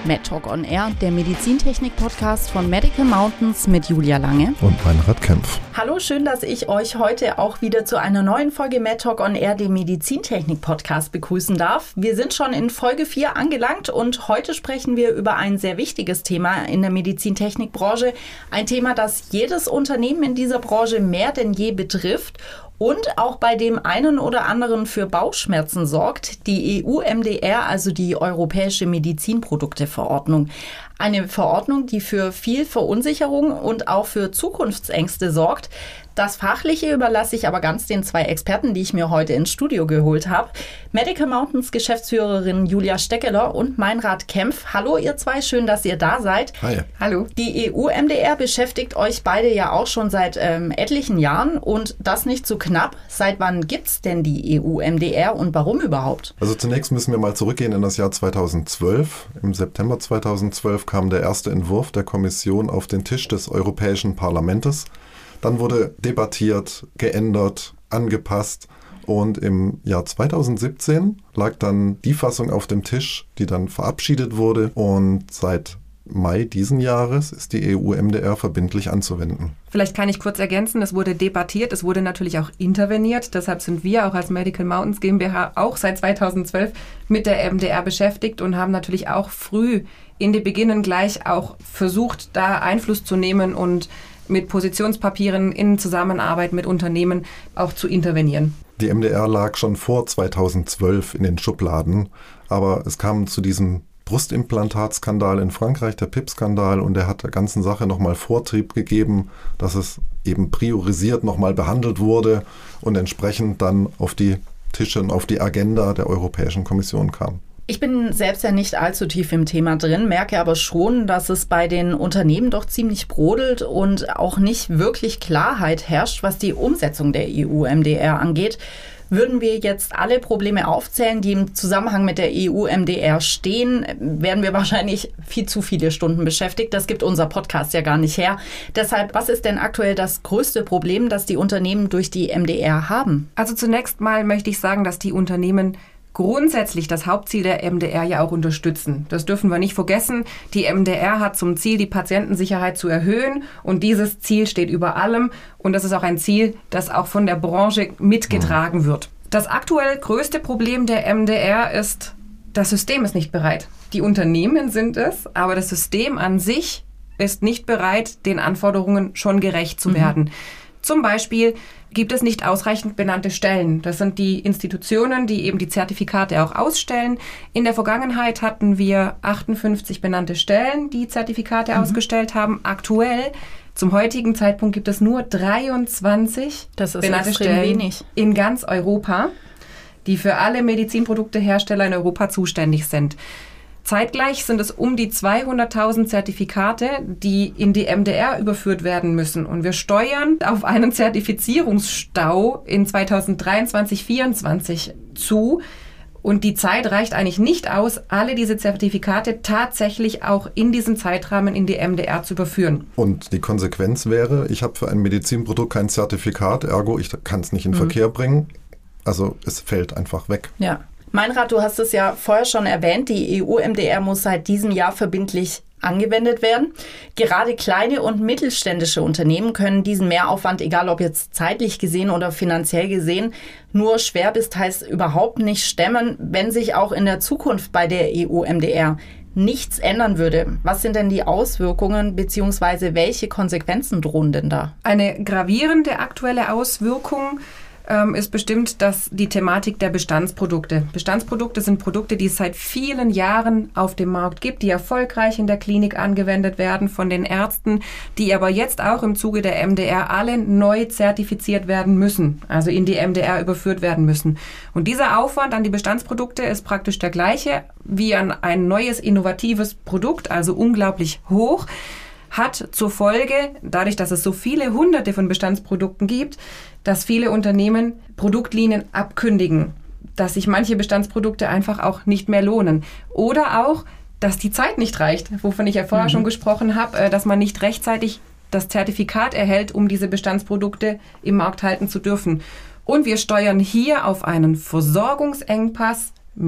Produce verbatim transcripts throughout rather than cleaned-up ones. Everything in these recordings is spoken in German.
MedTalk on Air, der Medizintechnik-Podcast von Medical Mountains mit Julia Lange und Meinrad Kempf. Hallo, schön, dass ich euch heute auch wieder zu einer neuen Folge MedTalk on Air, dem Medizintechnik-Podcast, begrüßen darf. Wir sind schon in Folge vier angelangt und heute sprechen wir über ein sehr wichtiges Thema in der Medizintechnikbranche. Ein Thema, das jedes Unternehmen in dieser Branche mehr denn je betrifft und auch bei dem einen oder anderen für Bauchschmerzen sorgt, die E U M D R, also die Europäische Medizinprodukteverordnung. Eine Verordnung, die für viel Verunsicherung und auch für Zukunftsängste sorgt. Das Fachliche überlasse ich aber ganz den zwei Experten, die ich mir heute ins Studio geholt habe. Medical Mountains Geschäftsführerin Julia Steckeler und Meinrad Kempf. Hallo ihr zwei, schön, dass ihr da seid. Hi. Hallo. Die E U M D R beschäftigt euch beide ja auch schon seit ähm, etlichen Jahren und das nicht zu knapp. Seit wann gibt's denn die E U M D R und warum überhaupt? Also zunächst müssen wir mal zurückgehen in das Jahr zweitausendzwölf. Im September zweitausendzwölf kam der erste Entwurf der Kommission auf den Tisch des Europäischen Parlaments. Dann wurde debattiert, geändert, angepasst und im Jahr zweitausendsiebzehn lag dann die Fassung auf dem Tisch, die dann verabschiedet wurde und seit Mai diesen Jahres ist die E U M D R verbindlich anzuwenden. Vielleicht kann ich kurz ergänzen, es wurde debattiert, es wurde natürlich auch interveniert. Deshalb sind wir auch als Medical Mountains GmbH auch seit zweitausendzwölf mit der M D R beschäftigt und haben natürlich auch früh in den Beginnen gleich auch versucht, da Einfluss zu nehmen und mit Positionspapieren in Zusammenarbeit mit Unternehmen auch zu intervenieren. Die M D R lag schon vor zweitausendzwölf in den Schubladen, aber es kam zu diesem Brustimplantatskandal in Frankreich, der P I P-Skandal, und der hat der ganzen Sache nochmal Vortrieb gegeben, dass es eben priorisiert nochmal behandelt wurde und entsprechend dann auf die Tische und auf die Agenda der Europäischen Kommission kam. Ich bin selbst ja nicht allzu tief im Thema drin, merke aber schon, dass es bei den Unternehmen doch ziemlich brodelt und auch nicht wirklich Klarheit herrscht, was die Umsetzung der E U M D R angeht. Würden wir jetzt alle Probleme aufzählen, die im Zusammenhang mit der E U M D R stehen, werden wir wahrscheinlich viel zu viele Stunden beschäftigt. Das gibt unser Podcast ja gar nicht her. Deshalb, was ist denn aktuell das größte Problem, das die Unternehmen durch die M D R haben? Also zunächst mal möchte ich sagen, dass die Unternehmen grundsätzlich das Hauptziel der M D R ja auch unterstützen. Das dürfen wir nicht vergessen. Die M D R hat zum Ziel, die Patientensicherheit zu erhöhen und dieses Ziel steht über allem und das ist auch ein Ziel, das auch von der Branche mitgetragen wird. Das aktuell größte Problem der M D R ist, das System ist nicht bereit. Die Unternehmen sind es, aber das System an sich ist nicht bereit, den Anforderungen schon gerecht zu werden. Mhm. Zum Beispiel gibt es nicht ausreichend benannte Stellen. Das sind die Institutionen, die eben die Zertifikate auch ausstellen. In der Vergangenheit hatten wir achtundfünfzig benannte Stellen, die Zertifikate mhm. ausgestellt haben. Aktuell, zum heutigen Zeitpunkt, gibt es nur dreiundzwanzig das ist benannte extrem Stellen wenig. In ganz Europa, die für alle Medizinproduktehersteller in Europa zuständig sind. Zeitgleich sind es um die zweihunderttausend Zertifikate, die in die M D R überführt werden müssen. Und wir steuern auf einen Zertifizierungsstau in zweitausenddreiundzwanzig vierundzwanzig zu. Und die Zeit reicht eigentlich nicht aus, alle diese Zertifikate tatsächlich auch in diesem Zeitrahmen in die M D R zu überführen. Und die Konsequenz wäre, ich habe für ein Medizinprodukt kein Zertifikat, ergo ich kann es nicht in mhm. Verkehr bringen. Also es fällt einfach weg. Ja. Meinrad, du hast es ja vorher schon erwähnt, die E U M D R muss seit diesem Jahr verbindlich angewendet werden. Gerade kleine und mittelständische Unternehmen können diesen Mehraufwand, egal ob jetzt zeitlich gesehen oder finanziell gesehen, nur schwer bis teils überhaupt nicht stemmen, wenn sich auch in der Zukunft bei der E U M D R nichts ändern würde. Was sind denn die Auswirkungen bzw. welche Konsequenzen drohen denn da? Eine gravierende aktuelle Auswirkung ähm, ist bestimmt dass die Thematik der Bestandsprodukte. Bestandsprodukte sind Produkte, die es seit vielen Jahren auf dem Markt gibt, die erfolgreich in der Klinik angewendet werden von den Ärzten, die aber jetzt auch im Zuge der M D R alle neu zertifiziert werden müssen, also in die M D R überführt werden müssen. Und dieser Aufwand an die Bestandsprodukte ist praktisch der gleiche wie an ein neues, innovatives Produkt, also unglaublich hoch, hat zur Folge, dadurch, dass es so viele hunderte von Bestandsprodukten gibt, dass viele Unternehmen Produktlinien abkündigen, dass sich manche Bestandsprodukte einfach auch nicht mehr lohnen. Oder auch, dass die Zeit nicht reicht, wovon ich ja vorher mhm. schon gesprochen habe, dass man nicht rechtzeitig das Zertifikat erhält, um diese Bestandsprodukte im Markt halten zu dürfen. Und wir steuern hier auf einen Versorgungsengpass mit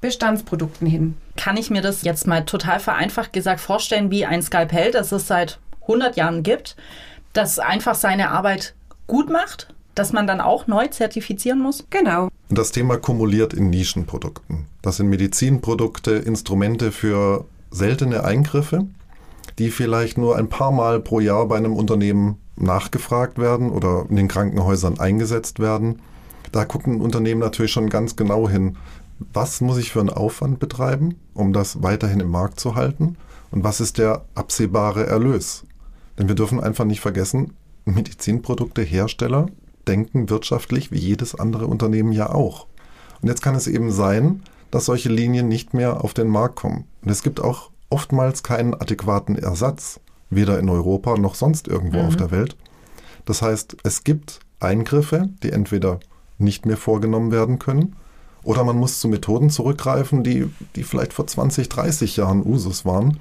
Bestandsprodukten hin. Kann ich mir das jetzt mal total vereinfacht gesagt vorstellen wie ein Skalpell, das es seit hundert Jahren gibt, das einfach seine Arbeit gut macht, dass man dann auch neu zertifizieren muss? Genau. Und das Thema kumuliert in Nischenprodukten. Das sind Medizinprodukte, Instrumente für seltene Eingriffe, die vielleicht nur ein paar Mal pro Jahr bei einem Unternehmen nachgefragt werden oder in den Krankenhäusern eingesetzt werden. Da gucken Unternehmen natürlich schon ganz genau hin, was muss ich für einen Aufwand betreiben, um das weiterhin im Markt zu halten und was ist der absehbare Erlös. Denn wir dürfen einfach nicht vergessen, Medizinproduktehersteller denken wirtschaftlich wie jedes andere Unternehmen ja auch. Und jetzt kann es eben sein, dass solche Linien nicht mehr auf den Markt kommen. Und es gibt auch oftmals keinen adäquaten Ersatz, weder in Europa noch sonst irgendwo mhm. auf der Welt. Das heißt, es gibt Eingriffe, die entweder nicht mehr vorgenommen werden können oder man muss zu Methoden zurückgreifen, die, die vielleicht vor zwanzig, dreißig Jahren Usus waren.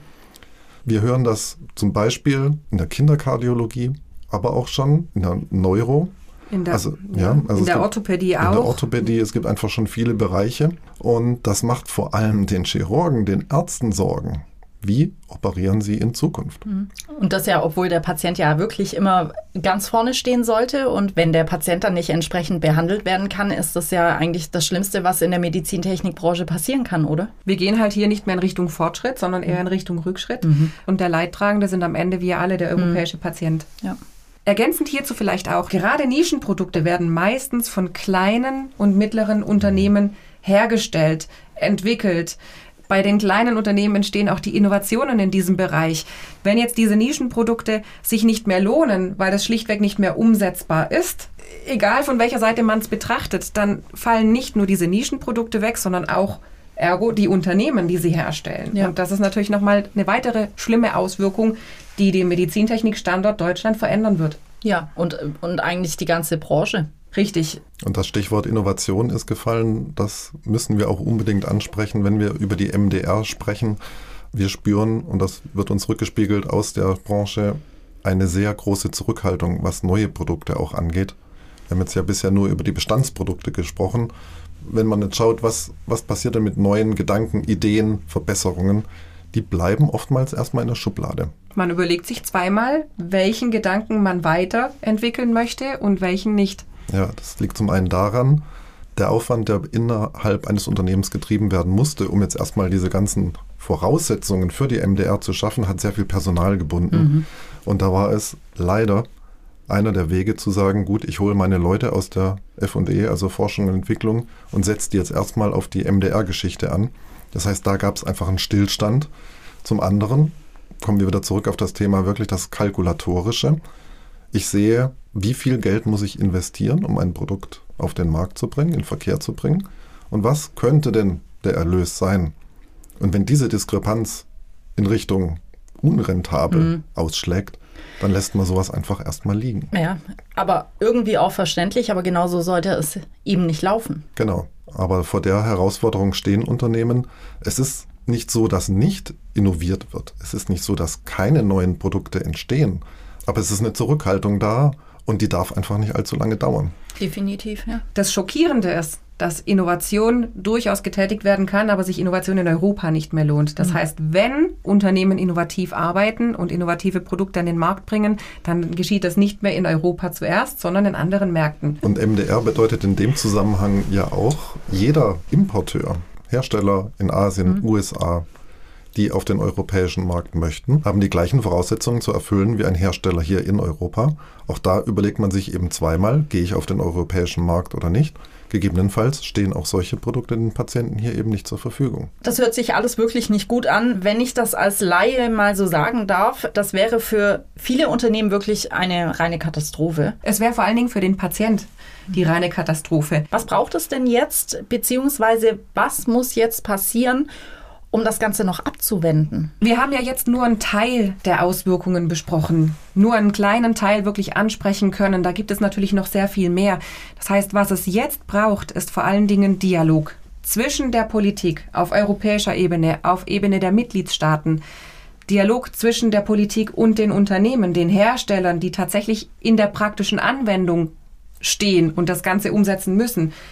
Wir hören das zum Beispiel in der Kinderkardiologie, aber auch schon in der Neuro. In der, also, ja, ja, also in der gibt, Orthopädie auch. In der Orthopädie, es gibt einfach schon viele Bereiche und das macht vor allem den Chirurgen, den Ärzten Sorgen. Wie operieren sie in Zukunft? Und das ja, obwohl der Patient ja wirklich immer ganz vorne stehen sollte. Und wenn der Patient dann nicht entsprechend behandelt werden kann, ist das ja eigentlich das Schlimmste, was in der Medizintechnikbranche passieren kann, oder? Wir gehen halt hier nicht mehr in Richtung Fortschritt, sondern eher in Richtung Rückschritt. Mhm. Und der Leidtragende sind am Ende wir alle, der europäische mhm. Patient. Ja. Ergänzend hierzu vielleicht auch, gerade Nischenprodukte werden meistens von kleinen und mittleren Unternehmen hergestellt, entwickelt. Bei den kleinen Unternehmen entstehen auch die Innovationen in diesem Bereich. Wenn jetzt diese Nischenprodukte sich nicht mehr lohnen, weil das schlichtweg nicht mehr umsetzbar ist, egal von welcher Seite man es betrachtet, dann fallen nicht nur diese Nischenprodukte weg, sondern auch ergo die Unternehmen, die sie herstellen. Ja. Und das ist natürlich nochmal eine weitere schlimme Auswirkung, die den Medizintechnikstandort Deutschland verändern wird. Ja, und, und eigentlich die ganze Branche. Richtig. Und das Stichwort Innovation ist gefallen. Das müssen wir auch unbedingt ansprechen, wenn wir über die M D R sprechen. Wir spüren, und das wird uns rückgespiegelt aus der Branche, eine sehr große Zurückhaltung, was neue Produkte auch angeht. Wir haben jetzt ja bisher nur über die Bestandsprodukte gesprochen. Wenn man jetzt schaut, was, was passiert denn mit neuen Gedanken, Ideen, Verbesserungen, die bleiben oftmals erstmal in der Schublade. Man überlegt sich zweimal, welchen Gedanken man weiterentwickeln möchte und welchen nicht. Ja, das liegt zum einen daran, der Aufwand, der innerhalb eines Unternehmens getrieben werden musste, um jetzt erstmal diese ganzen Voraussetzungen für die M D R zu schaffen, hat sehr viel Personal gebunden. Mhm. Und da war es leider einer der Wege zu sagen, gut, ich hole meine Leute aus der F und E, also Forschung und Entwicklung, und setze die jetzt erstmal auf die M D R-Geschichte an. Das heißt, da gab es einfach einen Stillstand. Zum anderen kommen wir wieder zurück auf das Thema wirklich das Kalkulatorische. Ich sehe, wie viel Geld muss ich investieren, um ein Produkt auf den Markt zu bringen, in Verkehr zu bringen? Und was könnte denn der Erlös sein? Und wenn diese Diskrepanz in Richtung unrentabel mhm. ausschlägt, dann lässt man sowas einfach erstmal liegen. Ja, aber irgendwie auch verständlich, aber genauso sollte es eben nicht laufen. Genau, aber vor der Herausforderung stehen Unternehmen. Es ist nicht so, dass nicht innoviert wird. Es ist nicht so, dass keine neuen Produkte entstehen. Aber es ist eine Zurückhaltung da und die darf einfach nicht allzu lange dauern. Definitiv, ja. Das Schockierende ist, dass Innovation durchaus getätigt werden kann, aber sich Innovation in Europa nicht mehr lohnt. Das mhm. heißt, wenn Unternehmen innovativ arbeiten und innovative Produkte an den Markt bringen, dann geschieht das nicht mehr in Europa zuerst, sondern in anderen Märkten. Und M D R bedeutet in dem Zusammenhang ja auch, jeder Importeur, Hersteller in Asien, mhm. U S A, die auf den europäischen Markt möchten, haben die gleichen Voraussetzungen zu erfüllen wie ein Hersteller hier in Europa. Auch da überlegt man sich eben zweimal, gehe ich auf den europäischen Markt oder nicht. Gegebenenfalls stehen auch solche Produkte den Patienten hier eben nicht zur Verfügung. Das hört sich alles wirklich nicht gut an. Wenn ich das als Laie mal so sagen darf, das wäre für viele Unternehmen wirklich eine reine Katastrophe. Es wäre vor allen Dingen für den Patient die reine Katastrophe. Was braucht es denn jetzt, beziehungsweise was muss jetzt passieren, um das Ganze noch abzuwenden? Wir haben ja jetzt nur einen Teil der Auswirkungen besprochen, nur einen kleinen Teil wirklich ansprechen können. Da gibt es natürlich noch sehr viel mehr. Das heißt, was es jetzt braucht, ist vor allen Dingen Dialog zwischen der Politik auf europäischer Ebene, auf Ebene der Mitgliedstaaten. Dialog zwischen der Politik und den Unternehmen, den Herstellern, die tatsächlich in der praktischen Anwendung stehen und das Ganze umsetzen müssen.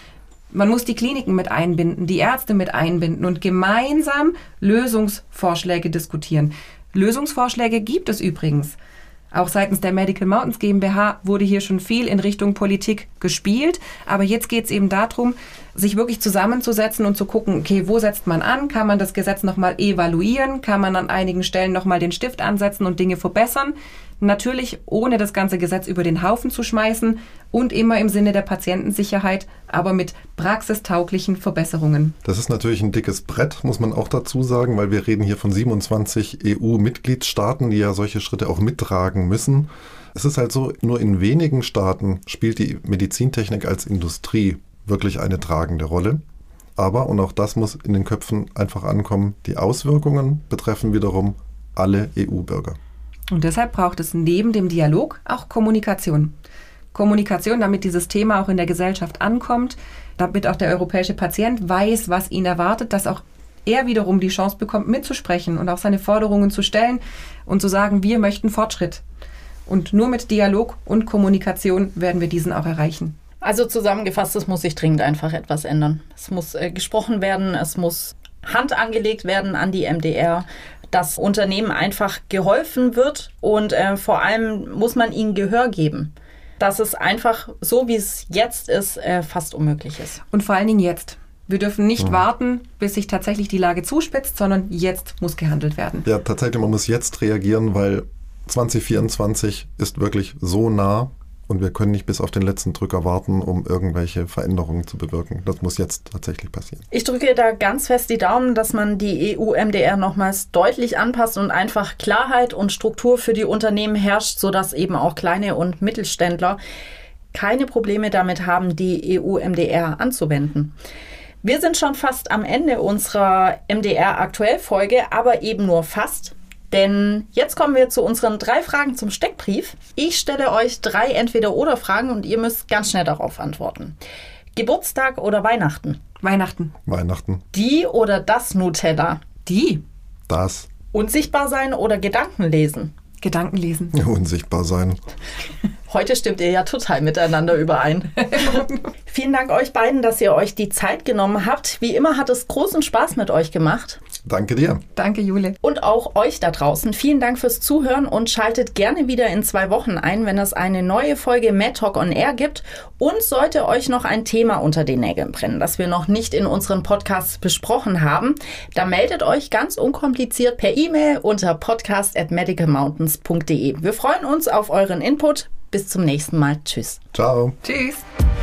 Man muss die Kliniken mit einbinden, die Ärzte mit einbinden und gemeinsam Lösungsvorschläge diskutieren. Lösungsvorschläge gibt es übrigens. Auch seitens der Medical Mountains GmbH wurde hier schon viel in Richtung Politik gespielt. Aber jetzt geht es eben darum, sich wirklich zusammenzusetzen und zu gucken, okay, wo setzt man an? Kann man das Gesetz nochmal evaluieren? Kann man an einigen Stellen nochmal den Stift ansetzen und Dinge verbessern? Natürlich ohne das ganze Gesetz über den Haufen zu schmeißen und immer im Sinne der Patientensicherheit, aber mit praxistauglichen Verbesserungen. Das ist natürlich ein dickes Brett, muss man auch dazu sagen, weil wir reden hier von siebenundzwanzig E U-Mitgliedstaaten, die ja solche Schritte auch mittragen müssen. Es ist halt so, nur in wenigen Staaten spielt die Medizintechnik als Industrie wirklich eine tragende Rolle. Aber, und auch das muss in den Köpfen einfach ankommen, die Auswirkungen betreffen wiederum alle E U-Bürger. Und deshalb braucht es neben dem Dialog auch Kommunikation. Kommunikation, damit dieses Thema auch in der Gesellschaft ankommt, damit auch der europäische Patient weiß, was ihn erwartet, dass auch er wiederum die Chance bekommt, mitzusprechen und auch seine Forderungen zu stellen und zu sagen, wir möchten Fortschritt. Und nur mit Dialog und Kommunikation werden wir diesen auch erreichen. Also zusammengefasst, es muss sich dringend einfach etwas ändern. Es muss äh, gesprochen werden, es muss Hand angelegt werden an die M D R, dass Unternehmen einfach geholfen wird und äh, vor allem muss man ihnen Gehör geben. Dass es einfach so, wie es jetzt ist, äh, fast unmöglich ist. Und vor allen Dingen jetzt. Wir dürfen nicht mhm. warten, bis sich tatsächlich die Lage zuspitzt, sondern jetzt muss gehandelt werden. Ja, tatsächlich, man muss jetzt reagieren, weil zwanzig vierundzwanzig ist wirklich so nah. Und wir können nicht bis auf den letzten Drücker warten, um irgendwelche Veränderungen zu bewirken. Das muss jetzt tatsächlich passieren. Ich drücke da ganz fest die Daumen, dass man die E U-M D R nochmals deutlich anpasst und einfach Klarheit und Struktur für die Unternehmen herrscht, sodass eben auch kleine und Mittelständler keine Probleme damit haben, die E U-M D R anzuwenden. Wir sind schon fast am Ende unserer M D R-Aktuell-Folge, aber eben nur fast. Denn jetzt kommen wir zu unseren drei Fragen zum Steckbrief. Ich stelle euch drei Entweder-Oder-Fragen und ihr müsst ganz schnell darauf antworten. Geburtstag oder Weihnachten? Weihnachten. Weihnachten. Die oder das Nutella? Die. Das. Unsichtbar sein oder Gedanken lesen? Gedanken lesen. Unsichtbar sein. Heute stimmt ihr ja total miteinander überein. Vielen Dank euch beiden, dass ihr euch die Zeit genommen habt. Wie immer hat es großen Spaß mit euch gemacht. Danke dir. Danke, Jule. Und auch euch da draußen. Vielen Dank fürs Zuhören und schaltet gerne wieder in zwei Wochen ein, wenn es eine neue Folge MedTalk on Air gibt. Und sollte euch noch ein Thema unter den Nägeln brennen, das wir noch nicht in unseren Podcasts besprochen haben, dann meldet euch ganz unkompliziert per E-Mail unter podcast at medical mountains punkt de. Wir freuen uns auf euren Input. Bis zum nächsten Mal. Tschüss. Ciao. Tschüss.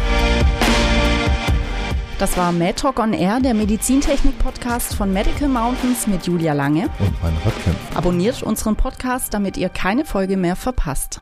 Das war MedTalk on Air, der Medizintechnik-Podcast von Medical Mountains mit Julia Lange und Meinrad Kempf. Abonniert unseren Podcast, damit ihr keine Folge mehr verpasst.